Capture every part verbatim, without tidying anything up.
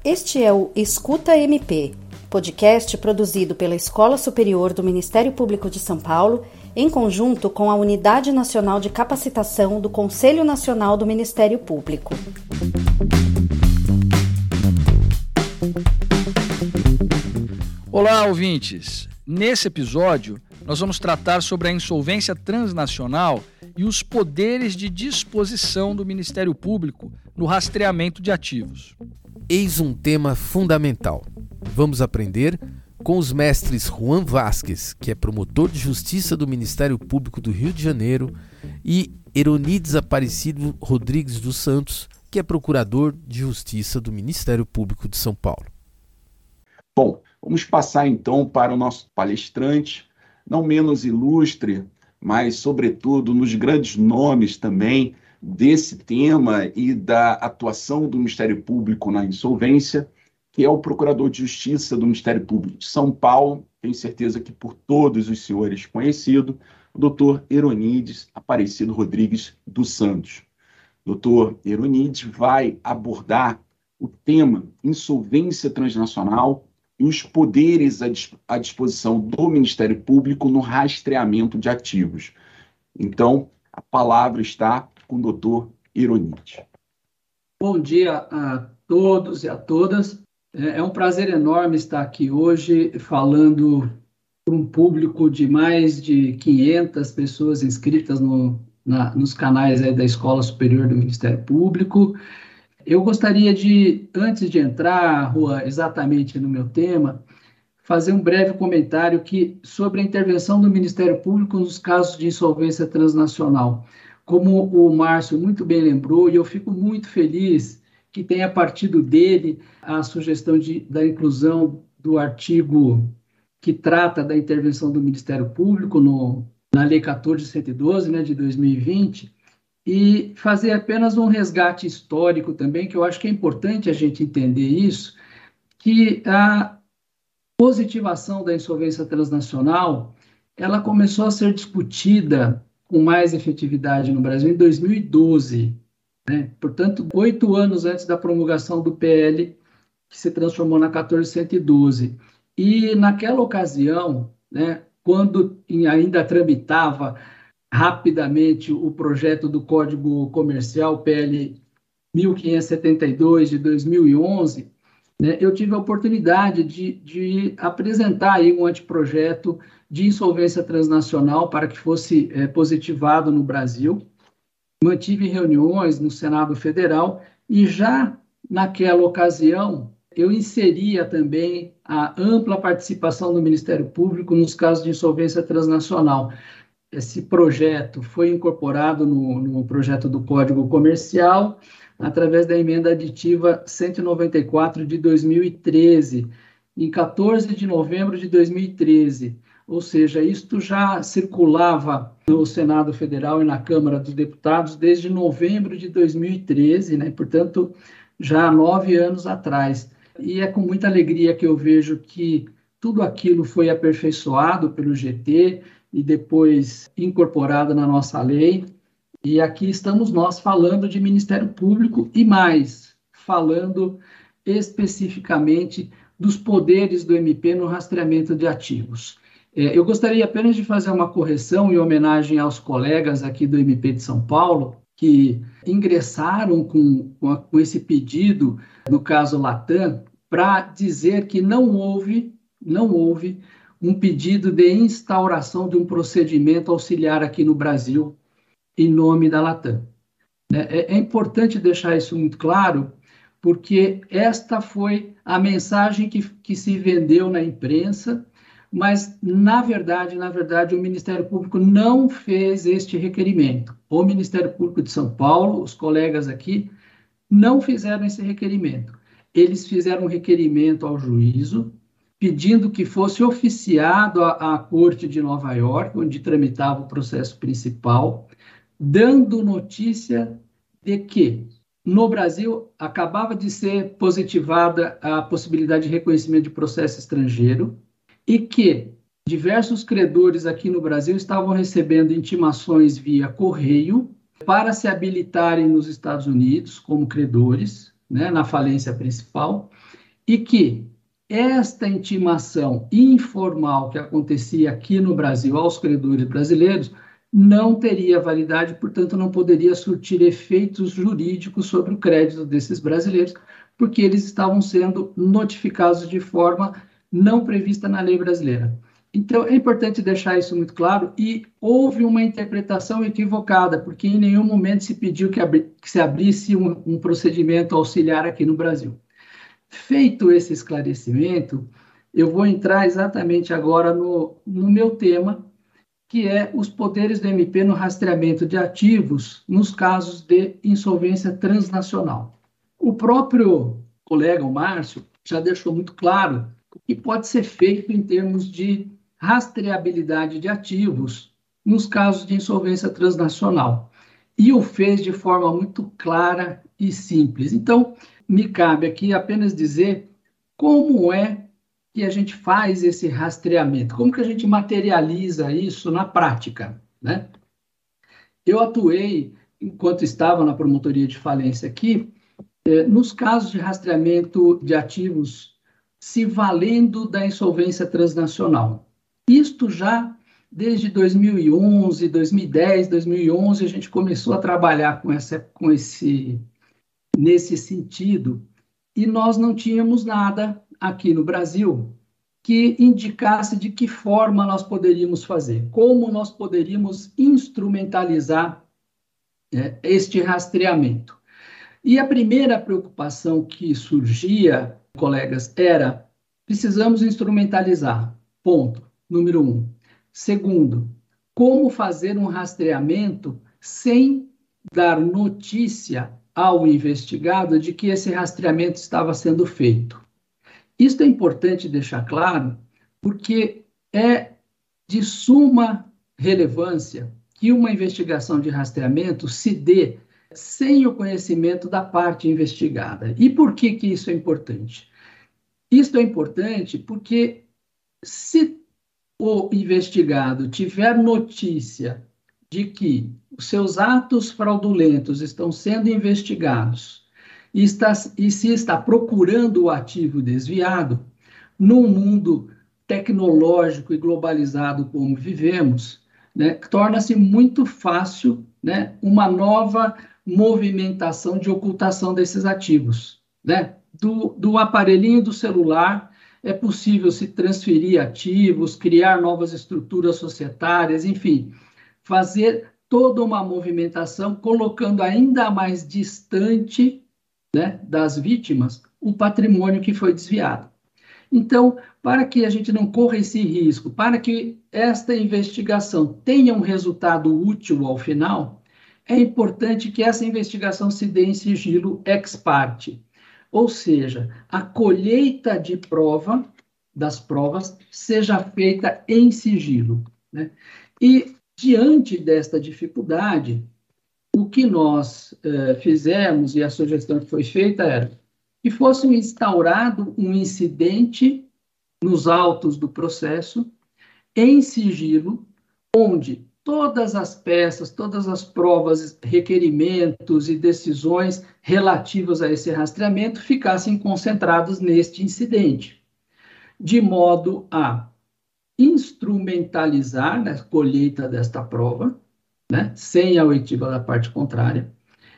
Este é o Escuta M P, podcast produzido pela Escola Superior do Ministério Público de São Paulo, em conjunto com a Unidade Nacional de Capacitação do Conselho Nacional do Ministério Público. Olá, ouvintes! Nesse episódio, nós vamos tratar sobre a insolvência transnacional e os poderes de disposição do Ministério Público no rastreamento de ativos. Eis um tema fundamental. Vamos aprender com os mestres Juan Vasquez, que é promotor de justiça do Ministério Público do Rio de Janeiro, e Eronides Aparecido Rodrigues dos Santos, que é procurador de justiça do Ministério Público de São Paulo. Bom, vamos passar então para o nosso palestrante, não menos ilustre, mas sobretudo nos grandes nomes também desse tema e da atuação do Ministério Público na insolvência, que é o Procurador de Justiça do Ministério Público de São Paulo, tenho certeza que por todos os senhores conhecido, o doutor Eronides Aparecido Rodrigues dos Santos. doutor Eronides vai abordar o tema insolvência transnacional e os poderes à disposição do Ministério Público no rastreamento de ativos. Então, a palavra está com o doutor Eronides. Bom dia a todos e a todas. É um prazer enorme estar aqui hoje falando para um público de mais de quinhentas pessoas inscritas no, na, nos canais aí da Escola Superior do Ministério Público. Eu gostaria de, antes de entrar, Rua, exatamente no meu tema, fazer um breve comentário que, sobre a intervenção do Ministério Público nos casos de insolvência transnacional. Como o Márcio muito bem lembrou, e eu fico muito feliz que tenha partido dele a sugestão de, da inclusão do artigo que trata da intervenção do Ministério Público no, na Lei quatorze mil cento e doze, né, de dois mil e vinte, e fazer apenas um resgate histórico também, que eu acho que é importante a gente entender isso, que a positivação da insolvência transnacional, ela começou a ser discutida com mais efetividade no Brasil em dois mil e doze, né? Portanto, oito anos antes da promulgação do P L, que se transformou na quatorze mil cento e doze. E naquela ocasião, né, quando ainda tramitava rapidamente o projeto do Código Comercial, P L mil quinhentos e setenta e dois, de dois mil e onze, né, eu tive a oportunidade de, de apresentar aí um anteprojeto de insolvência transnacional para que fosse é, positivado no Brasil. Mantive reuniões no Senado Federal e já naquela ocasião eu inseria também a ampla participação do Ministério Público nos casos de insolvência transnacional. Esse projeto foi incorporado no, no projeto do Código Comercial através da emenda aditiva cento e noventa e quatro de dois mil e treze, em quatorze de novembro de dois mil e treze. Ou seja, isto já circulava no Senado Federal e na Câmara dos Deputados desde novembro de dois mil e treze, né? Portanto, já há nove anos atrás. E é com muita alegria que eu vejo que tudo aquilo foi aperfeiçoado pelo G T e depois incorporado na nossa lei. E aqui estamos nós falando de Ministério Público e mais, falando especificamente dos poderes do M P no rastreamento de ativos. Eu gostaria apenas de fazer uma correção em homenagem aos colegas aqui do M P de São Paulo, que ingressaram com, com, a, com esse pedido, no caso Latam, para dizer que não houve, não houve um pedido de instauração de um procedimento auxiliar aqui no Brasil, em nome da Latam. É, é importante deixar isso muito claro, porque esta foi a mensagem que, que se vendeu na imprensa, mas, na verdade, na verdade, o Ministério Público não fez este requerimento. O Ministério Público de São Paulo, os colegas aqui, não fizeram esse requerimento. Eles fizeram um requerimento ao juízo, pedindo que fosse oficiado à, à Corte de Nova York, onde tramitava o processo principal, dando notícia de que, no Brasil, acabava de ser positivada a possibilidade de reconhecimento de processo estrangeiro, e que diversos credores aqui no Brasil estavam recebendo intimações via correio para se habilitarem nos Estados Unidos como credores, né, na falência principal, e que esta intimação informal que acontecia aqui no Brasil aos credores brasileiros não teria validade, portanto, não poderia surtir efeitos jurídicos sobre o crédito desses brasileiros, porque eles estavam sendo notificados de forma não prevista na lei brasileira. Então, é importante deixar isso muito claro, e houve uma interpretação equivocada, porque em nenhum momento se pediu que, abri, que se abrisse um, um procedimento auxiliar aqui no Brasil. Feito esse esclarecimento, eu vou entrar exatamente agora no, no meu tema, que é os poderes do M P no rastreamento de ativos nos casos de insolvência transnacional. O próprio colega, o Márcio, já deixou muito claro o que pode ser feito em termos de rastreabilidade de ativos nos casos de insolvência transnacional. E o fez de forma muito clara e simples. Então, me cabe aqui apenas dizer como é que a gente faz esse rastreamento, como que a gente materializa isso na prática, né? Eu atuei, enquanto estava na promotoria de falência aqui, eh, nos casos de rastreamento de ativos se valendo da insolvência transnacional. Isto já desde dois mil e onze, dois mil e dez, dois mil e onze, a gente começou a trabalhar com essa, com esse, nesse sentido, e nós não tínhamos nada aqui no Brasil que indicasse de que forma nós poderíamos fazer, como nós poderíamos instrumentalizar é, este rastreamento. E a primeira preocupação que surgia, colegas, era: precisamos instrumentalizar, ponto, número um. Segundo, como fazer um rastreamento sem dar notícia ao investigado de que esse rastreamento estava sendo feito. Isso é importante deixar claro, porque é de suma relevância que uma investigação de rastreamento se dê sem o conhecimento da parte investigada. E por que que isso é importante? Isso é importante porque se o investigado tiver notícia de que os seus atos fraudulentos estão sendo investigados e, está, e se está procurando o ativo desviado, num mundo tecnológico e globalizado como vivemos, né, torna-se muito fácil, né, uma nova movimentação de ocultação desses ativos, né? Do, do aparelhinho do celular é possível se transferir ativos, criar novas estruturas societárias, enfim, fazer toda uma movimentação, colocando ainda mais distante, né, das vítimas o patrimônio que foi desviado. Então, para que a gente não corra esse risco, para que esta investigação tenha um resultado útil ao final, é importante que essa investigação se dê em sigilo ex parte. Ou seja, a colheita de prova, das provas, seja feita em sigilo, né? E, diante desta dificuldade, o que nós eh, fizemos, e a sugestão que foi feita era que fosse instaurado um incidente nos autos do processo, em sigilo, onde todas as peças, todas as provas, requerimentos e decisões relativas a esse rastreamento ficassem concentrados neste incidente, de modo a instrumentalizar a colheita desta prova, né, sem a oitiva da parte contrária,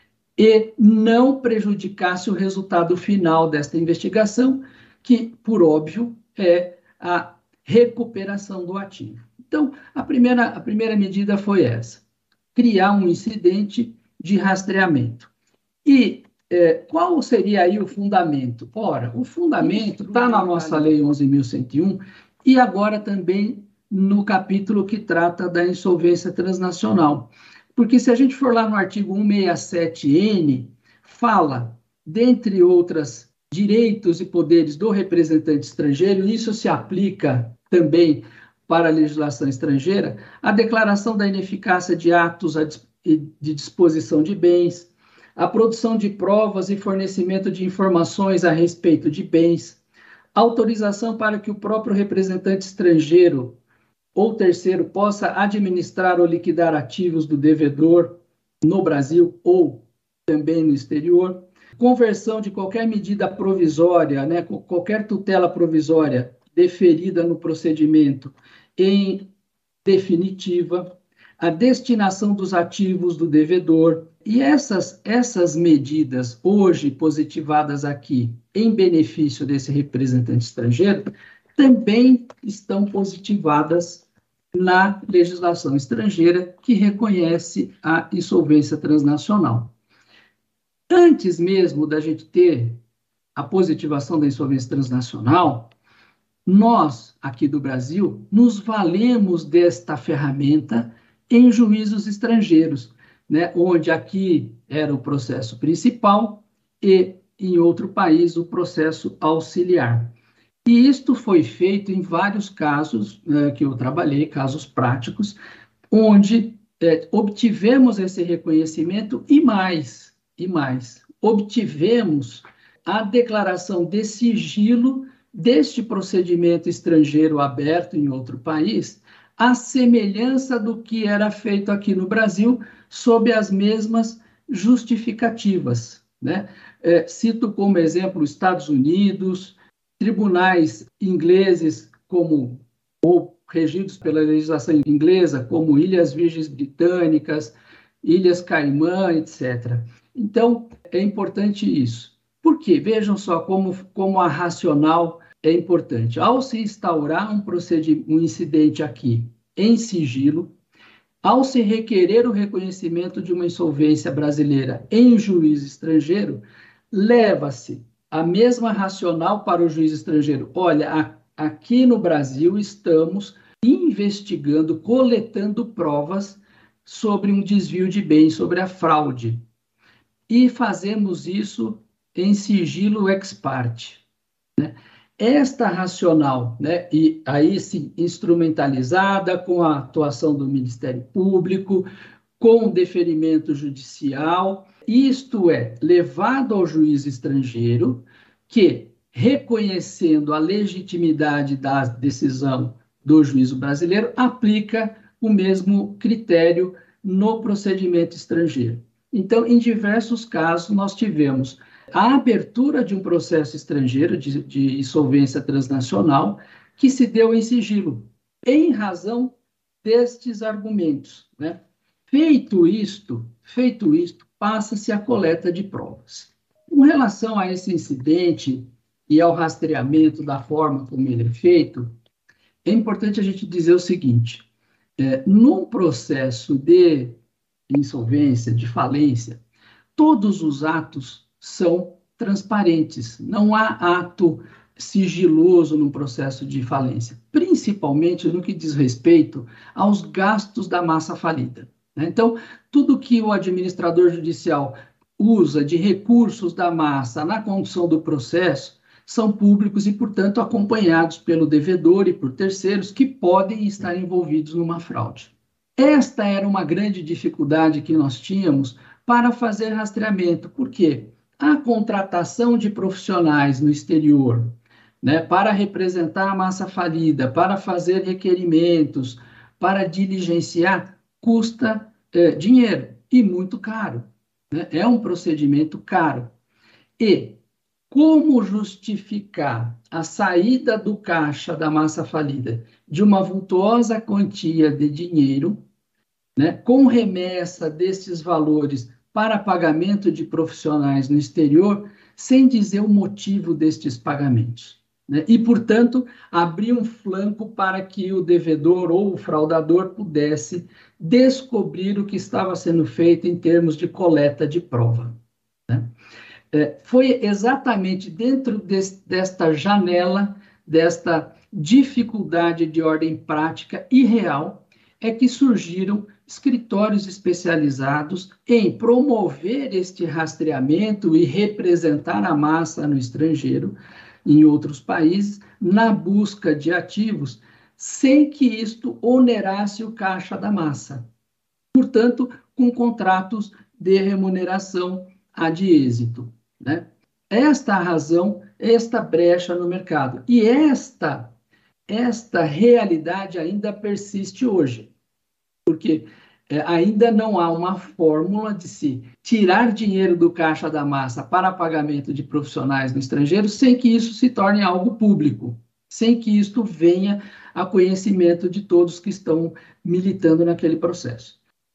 e não prejudicasse o resultado final desta investigação, que, por óbvio, é a recuperação do ativo. Então, a primeira, a primeira medida foi essa: criar um incidente de rastreamento. E é, qual seria aí o fundamento? Ora, o fundamento está na nossa Lei onze mil cento e um e agora também no capítulo que trata da insolvência transnacional. Porque se a gente for lá no artigo cento e sessenta e sete N, fala, dentre outros direitos e poderes do representante estrangeiro, e isso se aplica também para a legislação estrangeira, a declaração da ineficácia de atos de disposição de bens, a produção de provas e fornecimento de informações a respeito de bens, autorização para que o próprio representante estrangeiro ou terceiro possa administrar ou liquidar ativos do devedor no Brasil ou também no exterior, conversão de qualquer medida provisória, né, qualquer tutela provisória deferida no procedimento em definitiva, a destinação dos ativos do devedor. E essas, essas medidas, hoje positivadas aqui, em benefício desse representante estrangeiro, também estão positivadas na legislação estrangeira que reconhece a insolvência transnacional. Antes mesmo da gente ter a positivação da insolvência transnacional, nós, aqui do Brasil, nos valemos desta ferramenta em juízos estrangeiros, né, onde aqui era o processo principal e, em outro país, o processo auxiliar. E isto foi feito em vários casos né, que eu trabalhei, casos práticos, onde é, obtivemos esse reconhecimento e mais, e mais, obtivemos a declaração de sigilo deste procedimento estrangeiro aberto em outro país, à semelhança do que era feito aqui no Brasil, sob as mesmas justificativas, né? É, cito como exemplo os Estados Unidos, tribunais ingleses como, ou regidos pela legislação inglesa, como Ilhas Virgens Britânicas, Ilhas Caimã, etcétera. Então, é importante isso. Por quê? Vejam só como, como a racional é importante. Ao se instaurar um, procedimento, um incidente aqui em sigilo, ao se requerer o reconhecimento de uma insolvência brasileira em juiz estrangeiro, leva-se a mesma racional para o juiz estrangeiro. Olha, a, aqui no Brasil estamos investigando, coletando provas sobre um desvio de bens, sobre a fraude. E fazemos isso em sigilo ex parte. Né? Esta racional, né, e aí sim, instrumentalizada com a atuação do Ministério Público, com o deferimento judicial, isto é, levado ao juiz estrangeiro, que, reconhecendo a legitimidade da decisão do juízo brasileiro, aplica o mesmo critério no procedimento estrangeiro. Então, em diversos casos, nós tivemos a abertura de um processo estrangeiro de, de insolvência transnacional que se deu em sigilo, em razão destes argumentos, né? Feito isto, feito isto, passa-se a coleta de provas. Com relação a esse incidente e ao rastreamento da forma como ele é feito, é importante a gente dizer o seguinte, é, num processo de insolvência, de falência, todos os atos são transparentes, não há ato sigiloso no processo de falência, principalmente no que diz respeito aos gastos da massa falida. Né? Então, tudo que o administrador judicial usa de recursos da massa na condução do processo são públicos e, portanto, acompanhados pelo devedor e por terceiros que podem estar envolvidos numa fraude. Esta era uma grande dificuldade que nós tínhamos para fazer rastreamento. Por quê? A contratação de profissionais no exterior, né, para representar a massa falida, para fazer requerimentos, para diligenciar, custa é, dinheiro e muito caro. Né? É um procedimento caro. E como justificar a saída do caixa da massa falida de uma vultuosa quantia de dinheiro, né, com remessa desses valores para pagamento de profissionais no exterior, sem dizer o motivo destes pagamentos. Né? E, portanto, abrir um flanco para que o devedor ou o fraudador pudesse descobrir o que estava sendo feito em termos de coleta de prova. Né? É, foi exatamente dentro desse, desta janela, desta dificuldade de ordem prática e real, é que surgiram escritórios especializados em promover este rastreamento e representar a massa no estrangeiro, em outros países, na busca de ativos, sem que isto onerasse o caixa da massa. Portanto, com contratos de remuneração ad êxito. Né? Esta razão, esta brecha no mercado. E esta, esta realidade ainda persiste hoje. Porque é, ainda não há uma fórmula de se tirar dinheiro do caixa da massa para pagamento de profissionais no estrangeiro sem que isso se torne algo público, sem que isto venha a conhecimento de todos que estão militando naquele processo.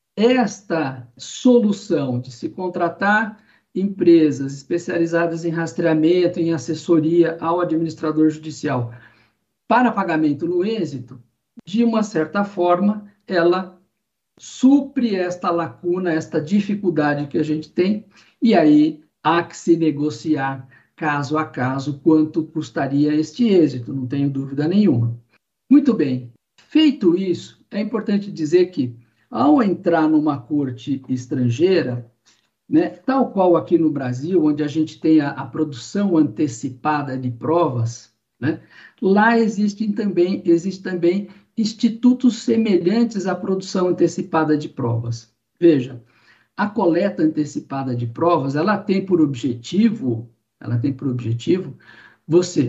Esta solução de se contratar empresas especializadas em rastreamento, em assessoria ao administrador judicial para pagamento no êxito, de uma certa forma, ela supre esta lacuna, esta dificuldade que a gente tem, e aí há que se negociar caso a caso quanto custaria este êxito, não tenho dúvida nenhuma. Muito bem, feito isso, é importante dizer que, ao entrar numa corte estrangeira, né, tal qual aqui no Brasil, onde a gente tem a, a produção antecipada de provas, né, lá existem também, existem também institutos semelhantes à produção antecipada de provas. Veja, a coleta antecipada de provas, ela tem por objetivo, ela tem por objetivo você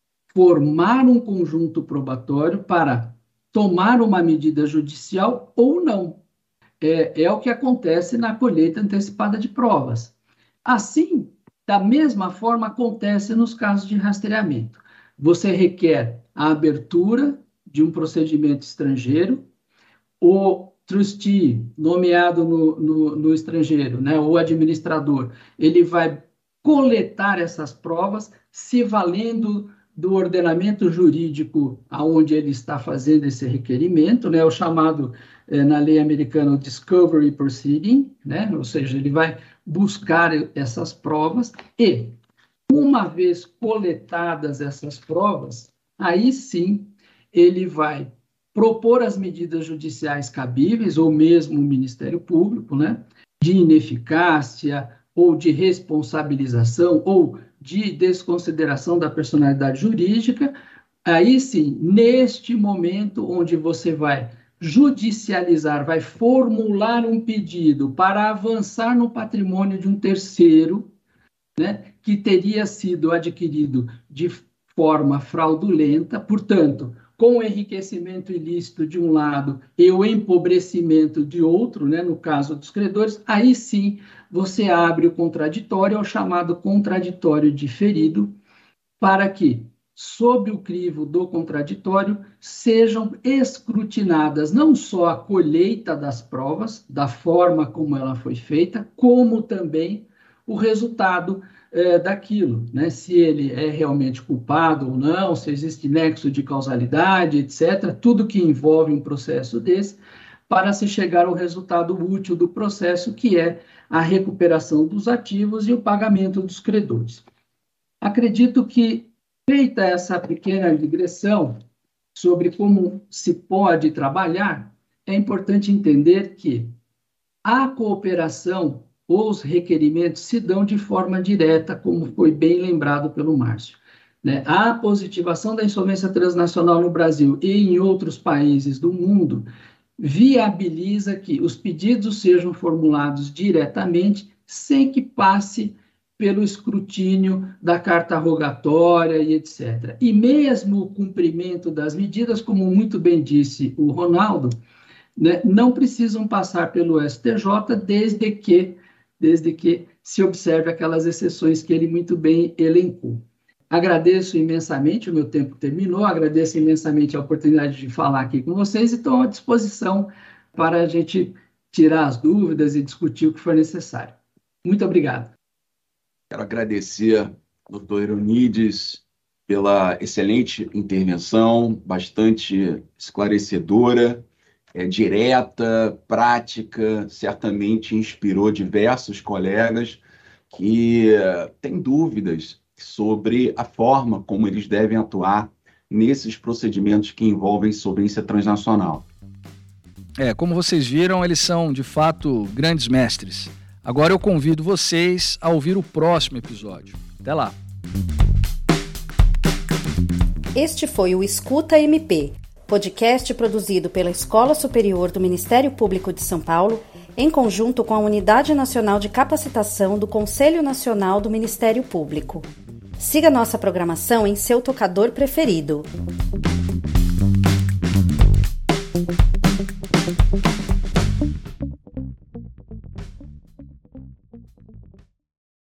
formar um conjunto probatório para tomar uma medida judicial ou não. É, é o que acontece na colheita antecipada de provas. Assim, da mesma forma, acontece nos casos de rastreamento. Você requer a abertura de um procedimento estrangeiro, o trustee nomeado no, no, no estrangeiro, né, o administrador, ele vai coletar essas provas, se valendo do ordenamento jurídico aonde ele está fazendo esse requerimento, né, o chamado, eh, na lei americana, o discovery proceeding, né, ou seja, ele vai buscar essas provas e, uma vez coletadas essas provas, aí sim ele vai propor as medidas judiciais cabíveis, ou mesmo o Ministério Público, né, de ineficácia, ou de responsabilização, ou de desconsideração da personalidade jurídica. Aí sim, neste momento onde você vai judicializar, vai formular um pedido para avançar no patrimônio de um terceiro, né, que teria sido adquirido de forma fraudulenta, portanto, com o enriquecimento ilícito de um lado e o empobrecimento de outro, né, no caso dos credores, aí sim você abre o contraditório, é o chamado contraditório diferido, para que, sob o crivo do contraditório, sejam escrutinadas não só a colheita das provas, da forma como ela foi feita, como também o resultado é, daquilo, né? Se ele é realmente culpado ou não, se existe nexo de causalidade, etcétera, tudo que envolve um processo desse, para se chegar ao resultado útil do processo, que é a recuperação dos ativos e o pagamento dos credores. Acredito que, feita essa pequena digressão sobre como se pode trabalhar, é importante entender que a cooperação ou os requerimentos se dão de forma direta, como foi bem lembrado pelo Márcio, né? A positivação da insolvência transnacional no Brasil e em outros países do mundo viabiliza que os pedidos sejam formulados diretamente, sem que passe pelo escrutínio da carta rogatória e etcétera. E mesmo o cumprimento das medidas, como muito bem disse o Ronaldo, né, não precisam passar pelo S T J, desde que, desde que se observe aquelas exceções que ele muito bem elencou. Agradeço imensamente, o meu tempo terminou, agradeço imensamente a oportunidade de falar aqui com vocês e estou à disposição para a gente tirar as dúvidas e discutir o que for necessário. Muito obrigado. Quero agradecer, doutor Eronides, pela excelente intervenção, bastante esclarecedora, é, direta, prática, certamente inspirou diversos colegas que uh, têm dúvidas sobre a forma como eles devem atuar nesses procedimentos que envolvem insolvência transnacional. É, como vocês viram, eles são, de fato, grandes mestres. Agora eu convido vocês a ouvir o próximo episódio. Até lá! Este foi o Escuta M P, podcast produzido pela Escola Superior do Ministério Público de São Paulo, em conjunto com a Unidade Nacional de Capacitação do Conselho Nacional do Ministério Público. Siga nossa programação em seu tocador preferido.